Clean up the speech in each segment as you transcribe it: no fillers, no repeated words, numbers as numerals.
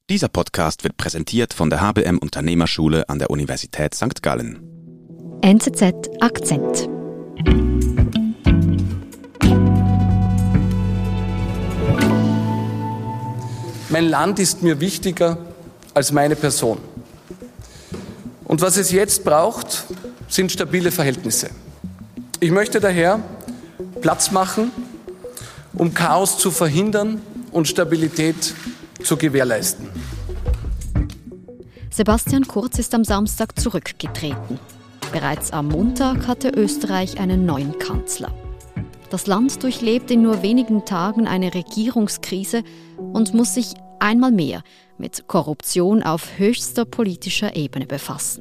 Dieser Podcast wird präsentiert von der HBM Unternehmerschule an der Universität St. Gallen. NZZ Akzent. Mein Land ist mir wichtiger als meine Person. Und was es jetzt braucht, sind stabile Verhältnisse. Ich möchte daher Platz machen, um Chaos zu verhindern und Stabilität zu gewährleisten. Sebastian Kurz ist am Samstag zurückgetreten. Bereits am Montag hatte Österreich einen neuen Kanzler. Das Land durchlebt in nur wenigen Tagen eine Regierungskrise und muss sich einmal mehr mit Korruption auf höchster politischer Ebene befassen.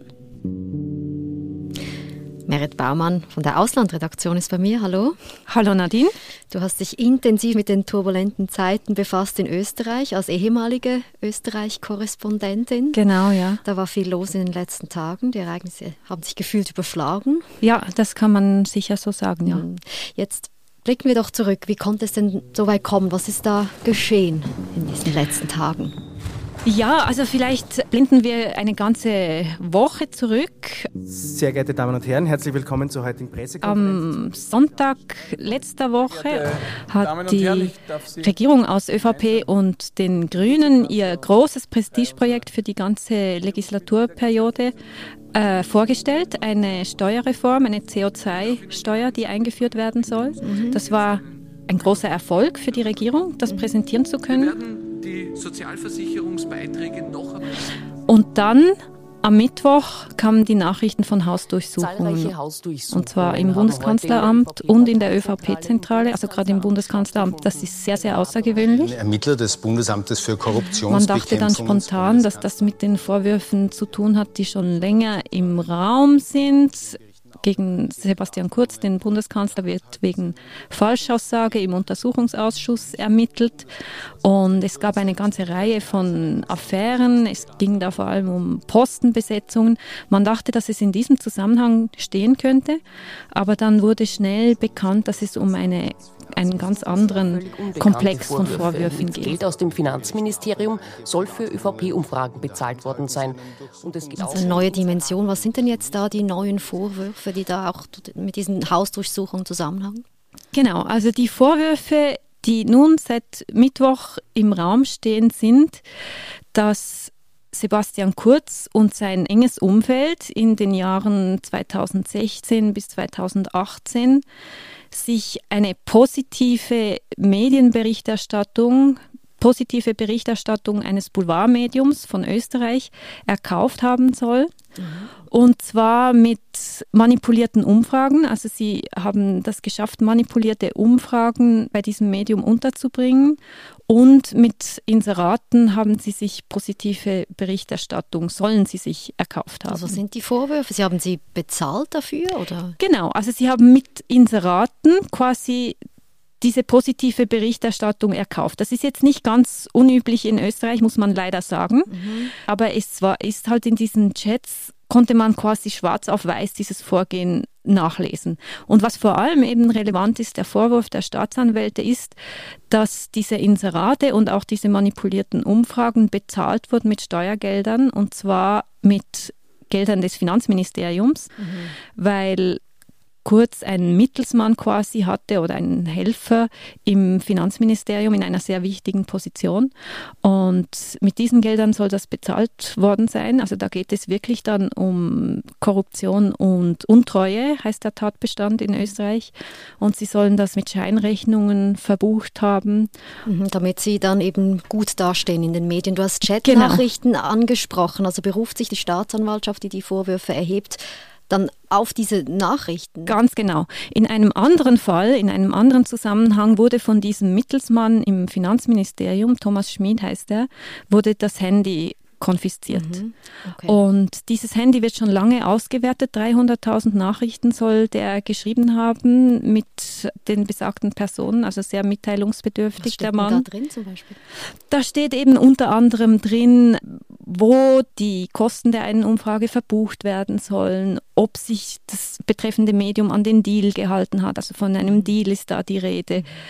Merit Baumann von der Auslandredaktion ist bei mir. Hallo. Hallo Nadine. Du hast dich intensiv mit den turbulenten Zeiten befasst in Österreich, als ehemalige Österreich-Korrespondentin. Genau, ja. Da war viel los in den letzten Tagen. Die Ereignisse haben sich gefühlt überschlagen. Ja, das kann man sicher so sagen, ja. Jetzt blicken wir doch zurück. Wie konnte es denn so weit kommen? Was ist da geschehen in diesen letzten Tagen? Ja, also vielleicht blinden wir eine ganze Woche zurück. Sehr geehrte Damen und Herren, herzlich willkommen zur heutigen Pressekonferenz. Am Sonntag letzter Woche hat die Regierung aus ÖVP und den Grünen ihr großes Prestigeprojekt für die ganze Legislaturperiode vorgestellt. Eine Steuerreform, eine CO2-Steuer, die eingeführt werden soll. Das war ein großer Erfolg für die Regierung, das präsentieren zu können. Die Sozialversicherungsbeiträge noch. Und dann am Mittwoch kamen die Nachrichten von Hausdurchsuchungen. Und zwar im Bundeskanzleramt und in der ÖVP-Zentrale, also gerade im Bundeskanzleramt. Das ist sehr, sehr außergewöhnlich. Ermittler des Bundesamtes für Korruptionsbekämpfung. Man dachte dann spontan, dass das mit den Vorwürfen zu tun hat, die schon länger im Raum sind. Gegen Sebastian Kurz, den Bundeskanzler, wird wegen Falschaussage im Untersuchungsausschuss ermittelt. Und es gab eine ganze Reihe von Affären. Es ging da vor allem um Postenbesetzungen. Man dachte, dass es in diesem Zusammenhang stehen könnte. Aber dann wurde schnell bekannt, dass es um einen ganz anderen Komplex von Vorwürfen geht. Geld aus dem Finanzministerium soll für ÖVP-Umfragen bezahlt worden sein. Und es geht eine neue Dimension. Was sind denn jetzt da die neuen Vorwürfe, die da auch mit diesen Hausdurchsuchungen zusammenhängen? Genau, also die Vorwürfe, die nun seit Mittwoch im Raum stehen, sind, dass Sebastian Kurz und sein enges Umfeld in den Jahren 2016 bis 2018 sich eine positive Berichterstattung eines Boulevardmediums von Österreich erkauft haben soll. Und zwar mit manipulierten Umfragen. Also sie haben das geschafft, manipulierte Umfragen bei diesem Medium unterzubringen. Und mit Inseraten haben sie sich positive Berichterstattung, sollen sie sich erkauft haben. Also was sind die Vorwürfe? Sie haben sie bezahlt dafür, oder? Genau, also sie haben mit Inseraten quasi diese positive Berichterstattung erkauft. Das ist jetzt nicht ganz unüblich in Österreich, muss man leider sagen. Aber ist halt in diesen Chats, konnte man quasi schwarz auf weiß dieses Vorgehen nachlesen. Und was vor allem eben relevant ist, der Vorwurf der Staatsanwälte ist, dass diese Inserate und auch diese manipulierten Umfragen bezahlt wurden mit Steuergeldern, und zwar mit Geldern des Finanzministeriums, weil Kurz einen Mittelsmann quasi hatte oder einen Helfer im Finanzministerium in einer sehr wichtigen Position. Und mit diesen Geldern soll das bezahlt worden sein. Also da geht es wirklich dann um Korruption und Untreue, heißt der Tatbestand in Österreich. Und sie sollen das mit Scheinrechnungen verbucht haben. Damit sie dann eben gut dastehen in den Medien. Du hast Chatnachrichten angesprochen. Also beruft sich die Staatsanwaltschaft, die die Vorwürfe erhebt, dann auf diese Nachrichten? Ganz genau. In einem anderen Fall, in einem anderen Zusammenhang wurde von diesem Mittelsmann im Finanzministerium, Thomas Schmid heißt er, wurde das Handy konfisziert. Okay. Und dieses Handy wird schon lange ausgewertet. 300.000 Nachrichten soll der geschrieben haben mit den besagten Personen, also sehr mitteilungsbedürftig, der Mann. Was steht da drin zum Beispiel? Da steht eben unter anderem drin, wo die Kosten der einen Umfrage verbucht werden sollen, ob sich das betreffende Medium an den Deal gehalten hat. Also von einem Deal ist da die Rede.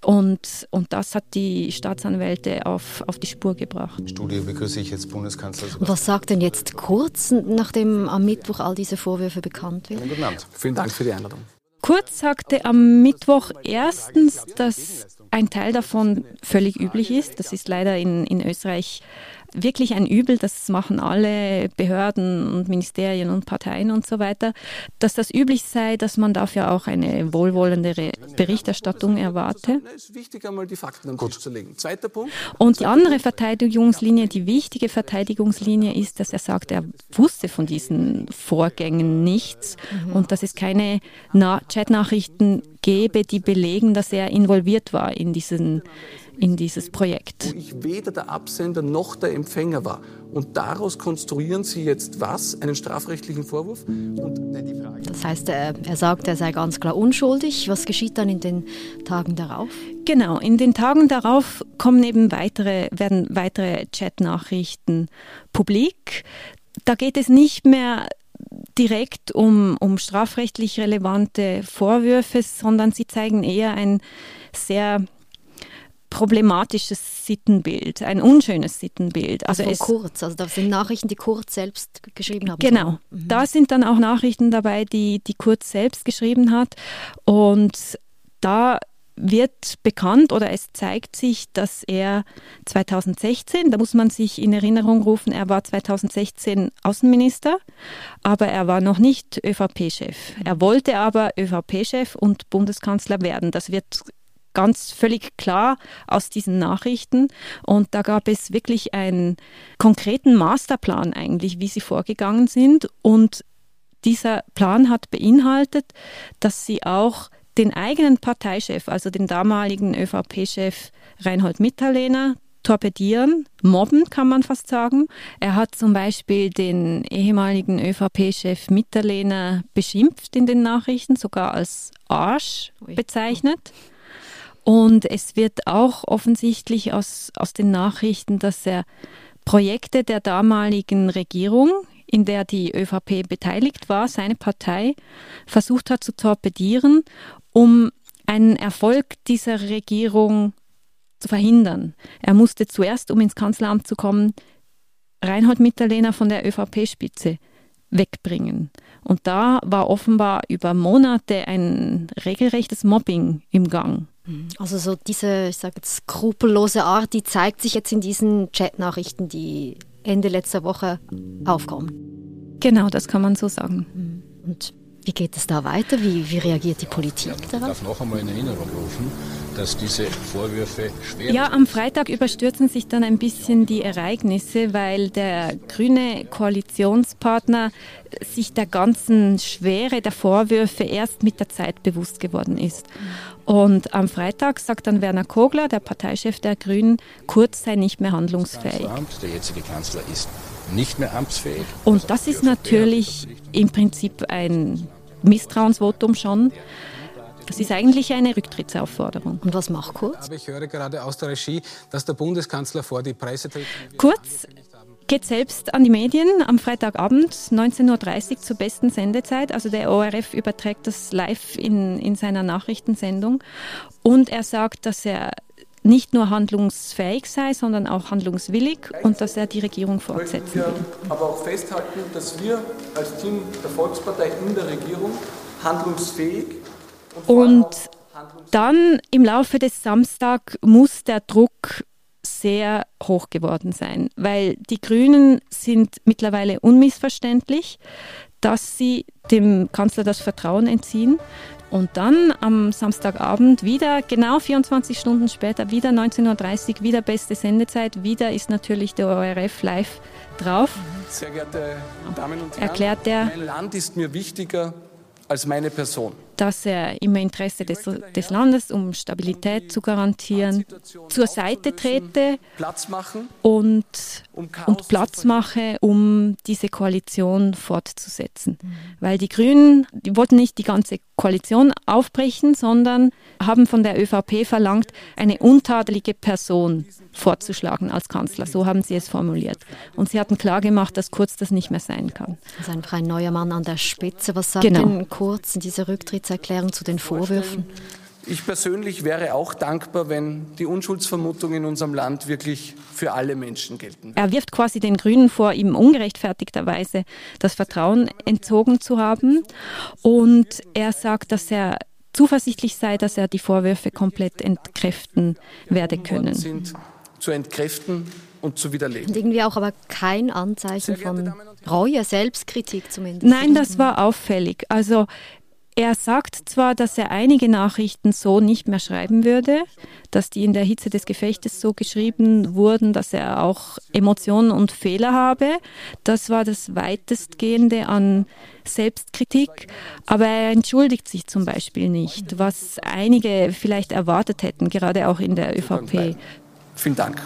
Und das hat die Staatsanwälte auf die Spur gebracht. Studio begrüße ich jetzt Bundeskanzler Sebastian. Und was sagt denn jetzt Kurz, nachdem am Mittwoch all diese Vorwürfe bekannt werden? Guten Abend. Vielen Dank für die Einladung. Kurz sagte am Mittwoch erstens, dass ein Teil davon völlig üblich ist. Das ist leider in Österreich wirklich ein Übel, das machen alle Behörden und Ministerien und Parteien und so weiter, dass das üblich sei, dass man dafür auch eine wohlwollendere Berichterstattung erwarte. Es ist wichtig, einmal die Fakten am Tisch zu legen. Zweiter Punkt. Und die andere Verteidigungslinie, die wichtige Verteidigungslinie ist, dass er sagt, er wusste von diesen Vorgängen nichts und dass es keine Chatnachrichten gäbe, die belegen, dass er involviert war in dieses Projekt. Wo ich weder der Absender noch der Empfänger war. Und daraus konstruieren Sie jetzt was? Einen strafrechtlichen Vorwurf? Das heißt, er sagt, er sei ganz klar unschuldig. Was geschieht dann in den Tagen darauf? Genau, in den Tagen darauf werden weitere Chatnachrichten publik. Da geht es nicht mehr direkt um strafrechtlich relevante Vorwürfe, sondern sie zeigen eher ein sehr problematisches Sittenbild, ein unschönes Sittenbild. Also Kurz, das sind Nachrichten, die Kurz selbst geschrieben haben. Genau, da sind dann auch Nachrichten dabei, die Kurz selbst geschrieben hat. Und da wird bekannt oder es zeigt sich, dass er 2016, da muss man sich in Erinnerung rufen, er war 2016 Außenminister, aber er war noch nicht ÖVP-Chef. Er wollte aber ÖVP-Chef und Bundeskanzler werden. Das wird ganz völlig klar aus diesen Nachrichten. Und da gab es wirklich einen konkreten Masterplan eigentlich, wie sie vorgegangen sind. Und dieser Plan hat beinhaltet, dass sie auch den eigenen Parteichef, also den damaligen ÖVP-Chef Reinhold Mitterlehner, torpedieren, mobben, kann man fast sagen. Er hat zum Beispiel den ehemaligen ÖVP-Chef Mitterlehner beschimpft in den Nachrichten, sogar als Arsch bezeichnet. Und es wird auch offensichtlich aus den Nachrichten, dass er Projekte der damaligen Regierung, in der die ÖVP beteiligt war, seine Partei, versucht hat zu torpedieren, um einen Erfolg dieser Regierung zu verhindern. Er musste zuerst, um ins Kanzleramt zu kommen, Reinhold Mitterlehner von der ÖVP-Spitze wegbringen. Und da war offenbar über Monate ein regelrechtes Mobbing im Gang. Also so diese, ich sage jetzt, skrupellose Art, die zeigt sich jetzt in diesen Chatnachrichten, die Ende letzter Woche aufkommen. Genau, das kann man so sagen. Und wie geht es da weiter? Wie reagiert die Politik darauf? Ich darf noch einmal in Erinnerung rufen, dass diese Vorwürfe schwer... Ja, am Freitag überstürzen sich dann ein bisschen die Ereignisse, weil der grüne Koalitionspartner sich der ganzen Schwere der Vorwürfe erst mit der Zeit bewusst geworden ist. Und am Freitag sagt dann Werner Kogler, der Parteichef der Grünen, Kurz sei nicht mehr handlungsfähig. Der jetzige Kanzler ist nicht mehr amtsfähig. Und das ist natürlich im Prinzip ein Misstrauensvotum schon. Das ist eigentlich eine Rücktrittsaufforderung. Und was macht Kurz? Aber ich höre gerade aus der Regie, dass der Bundeskanzler vor die Presse tritt. Kurz geht selbst an die Medien am Freitagabend 19.30 Uhr zur besten Sendezeit. Also der ORF überträgt das live in seiner Nachrichtensendung. Und er sagt, dass er nicht nur handlungsfähig sei, sondern auch handlungswillig und dass er die Regierung fortsetzen will. Aber auch festhalten, dass wir als Team der Volkspartei in der Regierung handlungsfähig und dann im Laufe des Samstags muss der Druck sehr hoch geworden sein, weil die Grünen sind mittlerweile unmissverständlich, dass sie dem Kanzler das Vertrauen entziehen. Und dann am Samstagabend wieder, genau 24 Stunden später, wieder 19.30 Uhr, wieder beste Sendezeit, wieder ist natürlich der ORF live drauf. Sehr geehrte Damen und Herren, erklärt er, mein Land ist mir wichtiger als meine Person. Dass er im Interesse des Landes, um Stabilität zu garantieren, zur Seite trete und Platz mache, um diese Koalition fortzusetzen. Weil die Grünen, die wollten nicht die ganze Koalition aufbrechen, sondern haben von der ÖVP verlangt, eine untadelige Person vorzuschlagen als Kanzler. So haben sie es formuliert. Und sie hatten klargemacht, dass Kurz das nicht mehr sein kann. Also einfach ein neuer Mann an der Spitze. Was sagt denn Kurz in dieser Rücktrittserklärung zu den Vorwürfen? Ich persönlich wäre auch dankbar, wenn die Unschuldsvermutung in unserem Land wirklich für alle Menschen gelten würde. Er wirft quasi den Grünen vor, ihm ungerechtfertigterweise das Vertrauen entzogen zu haben. Und er sagt, dass er zuversichtlich sei, dass er die Vorwürfe komplett entkräften werde können. Sind zu entkräften und zu widerlegen. Und irgendwie auch aber kein Anzeichen von Reue, Selbstkritik zumindest. Nein, das war auffällig. Also er sagt zwar, dass er einige Nachrichten so nicht mehr schreiben würde, dass die in der Hitze des Gefechtes so geschrieben wurden, dass er auch Emotionen und Fehler habe. Das war das Weitestgehende an Selbstkritik. Aber er entschuldigt sich zum Beispiel nicht, was einige vielleicht erwartet hätten, gerade auch in der ÖVP. Vielen Dank.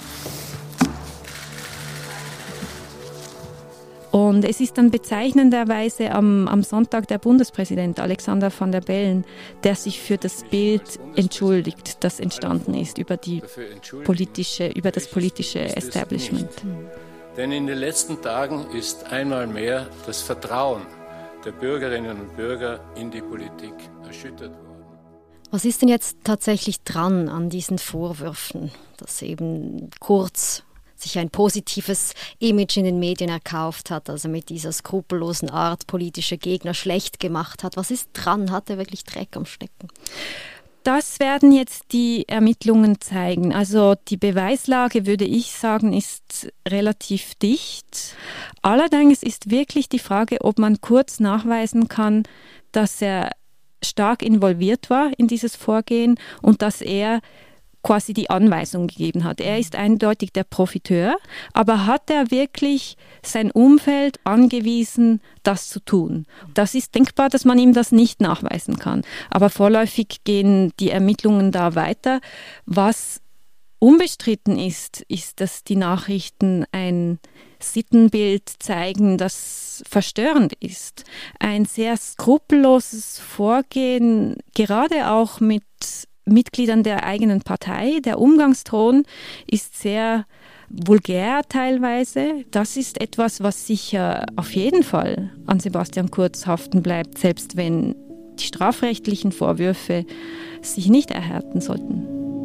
Und es ist dann bezeichnenderweise am Sonntag der Bundespräsident Alexander Van der Bellen, der sich für das Bild entschuldigt, das entstanden ist über das politische Establishment. Denn in den letzten Tagen ist einmal mehr das Vertrauen der Bürgerinnen und Bürger in die Politik erschüttert worden. Was ist denn jetzt tatsächlich dran an diesen Vorwürfen, dass eben Kurz sich ein positives Image in den Medien erkauft hat, also mit dieser skrupellosen Art politische Gegner schlecht gemacht hat? Was ist dran? Hat er wirklich Dreck am Stecken? Das werden jetzt die Ermittlungen zeigen. Also die Beweislage, würde ich sagen, ist relativ dicht. Allerdings ist wirklich die Frage, ob man Kurz nachweisen kann, dass er stark involviert war in dieses Vorgehen und dass er quasi die Anweisung gegeben hat. Er ist eindeutig der Profiteur, aber hat er wirklich sein Umfeld angewiesen, das zu tun? Das ist denkbar, dass man ihm das nicht nachweisen kann. Aber vorläufig gehen die Ermittlungen da weiter. Was unbestritten ist, dass die Nachrichten ein Sittenbild zeigen, das verstörend ist. Ein sehr skrupelloses Vorgehen, gerade auch mit Mitgliedern der eigenen Partei. Der Umgangston ist sehr vulgär teilweise. Das ist etwas, was sicher auf jeden Fall an Sebastian Kurz haften bleibt, selbst wenn die strafrechtlichen Vorwürfe sich nicht erhärten sollten.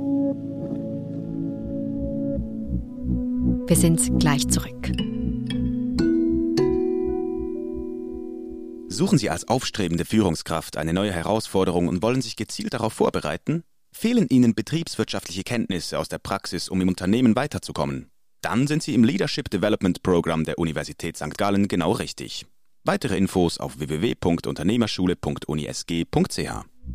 Wir sind gleich zurück. Suchen Sie als aufstrebende Führungskraft eine neue Herausforderung und wollen sich gezielt darauf vorbereiten? Fehlen Ihnen betriebswirtschaftliche Kenntnisse aus der Praxis, um im Unternehmen weiterzukommen? Dann sind Sie im Leadership Development Programm der Universität St. Gallen genau richtig. Weitere Infos auf www.unternehmerschule.unisg.ch.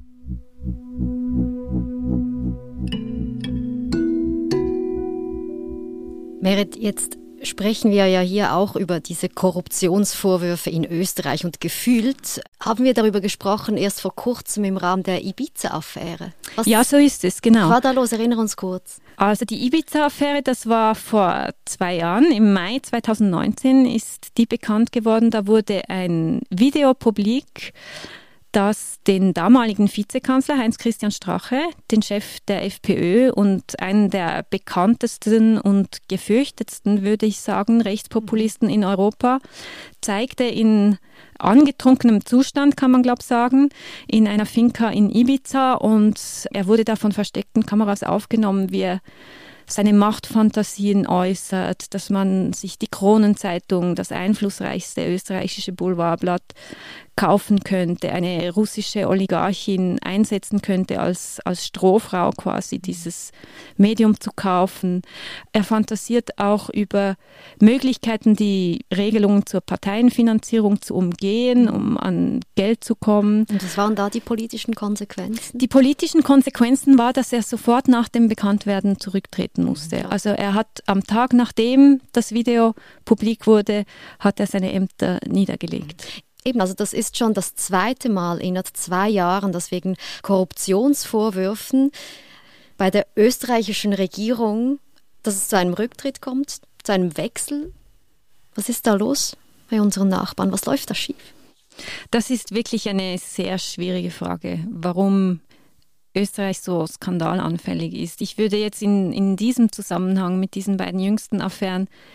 Merit, jetzt sprechen wir ja hier auch über diese Korruptionsvorwürfe in Österreich und gefühlt haben wir darüber gesprochen erst vor kurzem im Rahmen der Ibiza-Affäre. Ja, so ist es, genau. Was war da los? Erinnere uns kurz. Also die Ibiza-Affäre, das war vor 2 Jahren. Im Mai 2019 ist die bekannt geworden. Da wurde ein Video publik, das den damaligen Vizekanzler Heinz-Christian Strache, den Chef der FPÖ und einen der bekanntesten und gefürchtetsten, würde ich sagen, Rechtspopulisten in Europa, zeigte in angetrunkenem Zustand, kann man glaube ich sagen, in einer Finca in Ibiza, und er wurde da von versteckten Kameras aufgenommen, wie er seine Machtfantasien äußert, dass man sich die Kronenzeitung, das einflussreichste österreichische Boulevardblatt, kaufen könnte, eine russische Oligarchin einsetzen könnte als Strohfrau quasi, dieses Medium zu kaufen. Er fantasiert auch über Möglichkeiten, die Regelungen zur Parteienfinanzierung zu umgehen, um an Geld zu kommen. Und was waren da die politischen Konsequenzen? Die politischen Konsequenzen war, dass er sofort nach dem Bekanntwerden zurücktreten musste. Also er hat am Tag, nachdem das Video publik wurde, hat er seine Ämter niedergelegt. Eben, also das ist schon das 2. Mal innerhalb 2 Jahren, dass wegen Korruptionsvorwürfen bei der österreichischen Regierung, dass es zu einem Rücktritt kommt, zu einem Wechsel. Was ist da los bei unseren Nachbarn? Was läuft da schief? Das ist wirklich eine sehr schwierige Frage, warum Österreich so skandalanfällig ist. Ich würde jetzt in diesem Zusammenhang mit diesen beiden jüngsten Affären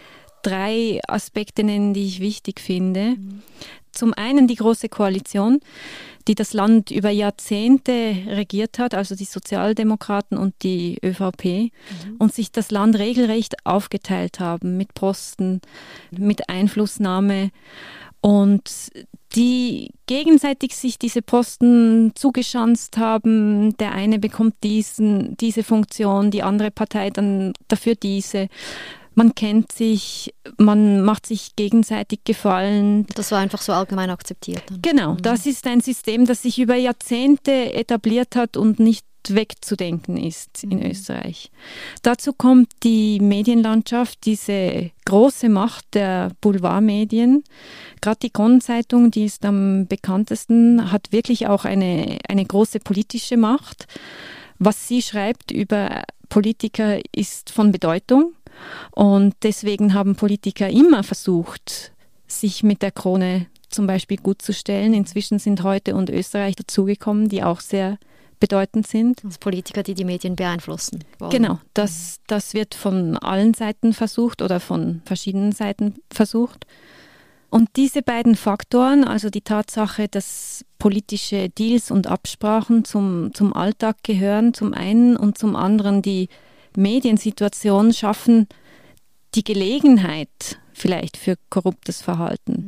3 Aspekte nennen, die ich wichtig finde. Zum einen die Große Koalition, die das Land über Jahrzehnte regiert hat, also die Sozialdemokraten und die ÖVP, und sich das Land regelrecht aufgeteilt haben mit Posten, mit Einflussnahme und die gegenseitig sich diese Posten zugeschanzt haben. Der eine bekommt diese Funktion, die andere Partei dann dafür diese. Man kennt sich, man macht sich gegenseitig Gefallen. Das war einfach so allgemein akzeptiert. Dann. Genau, das ist ein System, das sich über Jahrzehnte etabliert hat und nicht wegzudenken ist in Österreich. Dazu kommt die Medienlandschaft, diese große Macht der Boulevardmedien. Gerade die Kronenzeitung, die ist am bekanntesten, hat wirklich auch eine große politische Macht. Was sie schreibt über Politiker ist von Bedeutung. Und deswegen haben Politiker immer versucht, sich mit der Krone zum Beispiel gut zu stellen. Inzwischen sind heute und Österreich dazugekommen, die auch sehr bedeutend sind. Also Politiker, die die Medien beeinflussen wollen. Genau, das wird von allen Seiten versucht oder von verschiedenen Seiten versucht. Und diese beiden Faktoren, also die Tatsache, dass politische Deals und Absprachen zum Alltag gehören, zum einen, und zum anderen die Mediensituation schaffen die Gelegenheit vielleicht für korruptes Verhalten.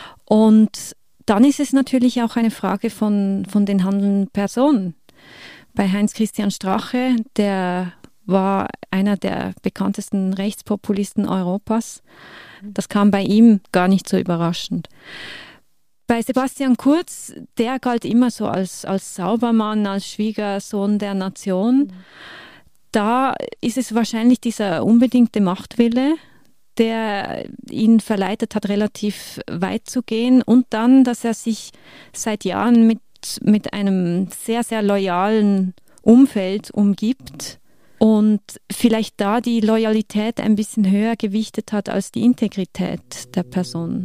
Und dann ist es natürlich auch eine Frage von den handelnden Personen. Bei Heinz-Christian Strache, der war einer der bekanntesten Rechtspopulisten Europas. Das kam bei ihm gar nicht so überraschend. Bei Sebastian Kurz, der galt immer so als Saubermann, als Schwiegersohn der Nation. Da ist es wahrscheinlich dieser unbedingte Machtwille, der ihn verleitet hat, relativ weit zu gehen. Und dann, dass er sich seit Jahren mit einem sehr, sehr loyalen Umfeld umgibt und vielleicht da die Loyalität ein bisschen höher gewichtet hat als die Integrität der Person.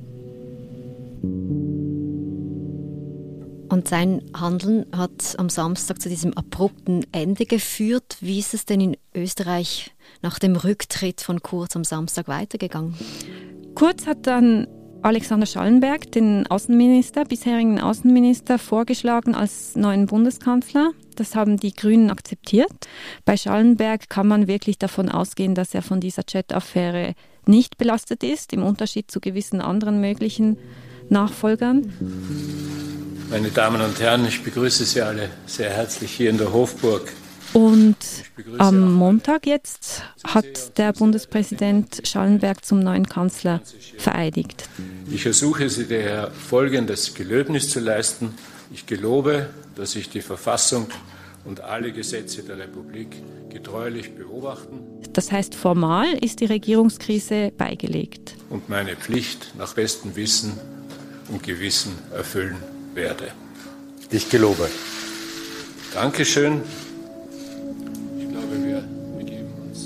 Und sein Handeln hat am Samstag zu diesem abrupten Ende geführt. Wie ist es denn in Österreich nach dem Rücktritt von Kurz am Samstag weitergegangen? Kurz hat dann Alexander Schallenberg, den bisherigen Außenminister, vorgeschlagen als neuen Bundeskanzler. Das haben die Grünen akzeptiert. Bei Schallenberg kann man wirklich davon ausgehen, dass er von dieser Chat-Affäre nicht belastet ist, im Unterschied zu gewissen anderen möglichen Nachfolgern. Meine Damen und Herren, ich begrüße Sie alle sehr herzlich hier in der Hofburg. Und am Montag jetzt hat der Bundespräsident Schallenberg zum neuen Kanzler vereidigt. Ich ersuche Sie daher, folgendes Gelöbnis zu leisten. Ich gelobe, dass ich die Verfassung und alle Gesetze der Republik getreulich beobachten. Das heißt, formal ist die Regierungskrise beigelegt. Und meine Pflicht nach bestem Wissen und Gewissen erfüllen werde. Ich gelobe. Dankeschön. Ich glaube, wir begeben uns.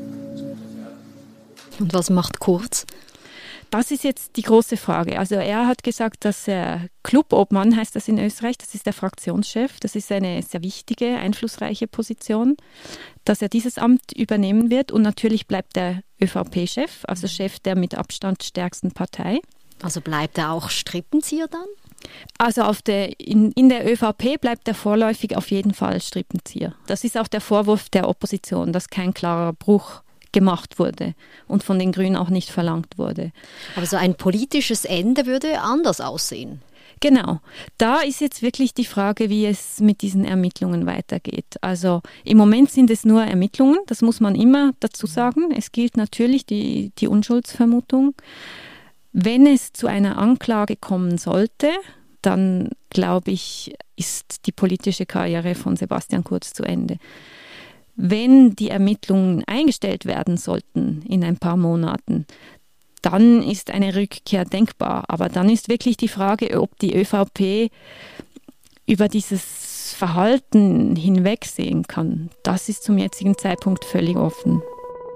Und was macht Kurz? Das ist jetzt die große Frage. Also er hat gesagt, dass er Clubobmann, heißt das in Österreich, das ist der Fraktionschef, das ist eine sehr wichtige, einflussreiche Position, dass er dieses Amt übernehmen wird. Und natürlich bleibt er ÖVP-Chef, also Chef der mit Abstand stärksten Partei. Also bleibt er auch Strippenzieher dann? Also in der ÖVP bleibt er vorläufig auf jeden Fall Strippenzieher. Das ist auch der Vorwurf der Opposition, dass kein klarer Bruch gemacht wurde und von den Grünen auch nicht verlangt wurde. Aber so ein politisches Ende würde anders aussehen. Genau. Da ist jetzt wirklich die Frage, wie es mit diesen Ermittlungen weitergeht. Also im Moment sind es nur Ermittlungen, das muss man immer dazu sagen. Es gilt natürlich die Unschuldsvermutung. Wenn es zu einer Anklage kommen sollte, dann glaube ich, ist die politische Karriere von Sebastian Kurz zu Ende. Wenn die Ermittlungen eingestellt werden sollten in ein paar Monaten, dann ist eine Rückkehr denkbar. Aber dann ist wirklich die Frage, ob die ÖVP über dieses Verhalten hinwegsehen kann. Das ist zum jetzigen Zeitpunkt völlig offen.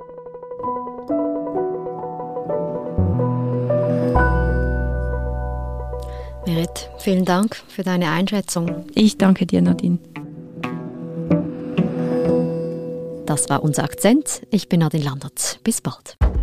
Merit, vielen Dank für deine Einschätzung. Ich danke dir, Nadine. Das war unser Akzent. Ich bin Nadine Landert. Bis bald.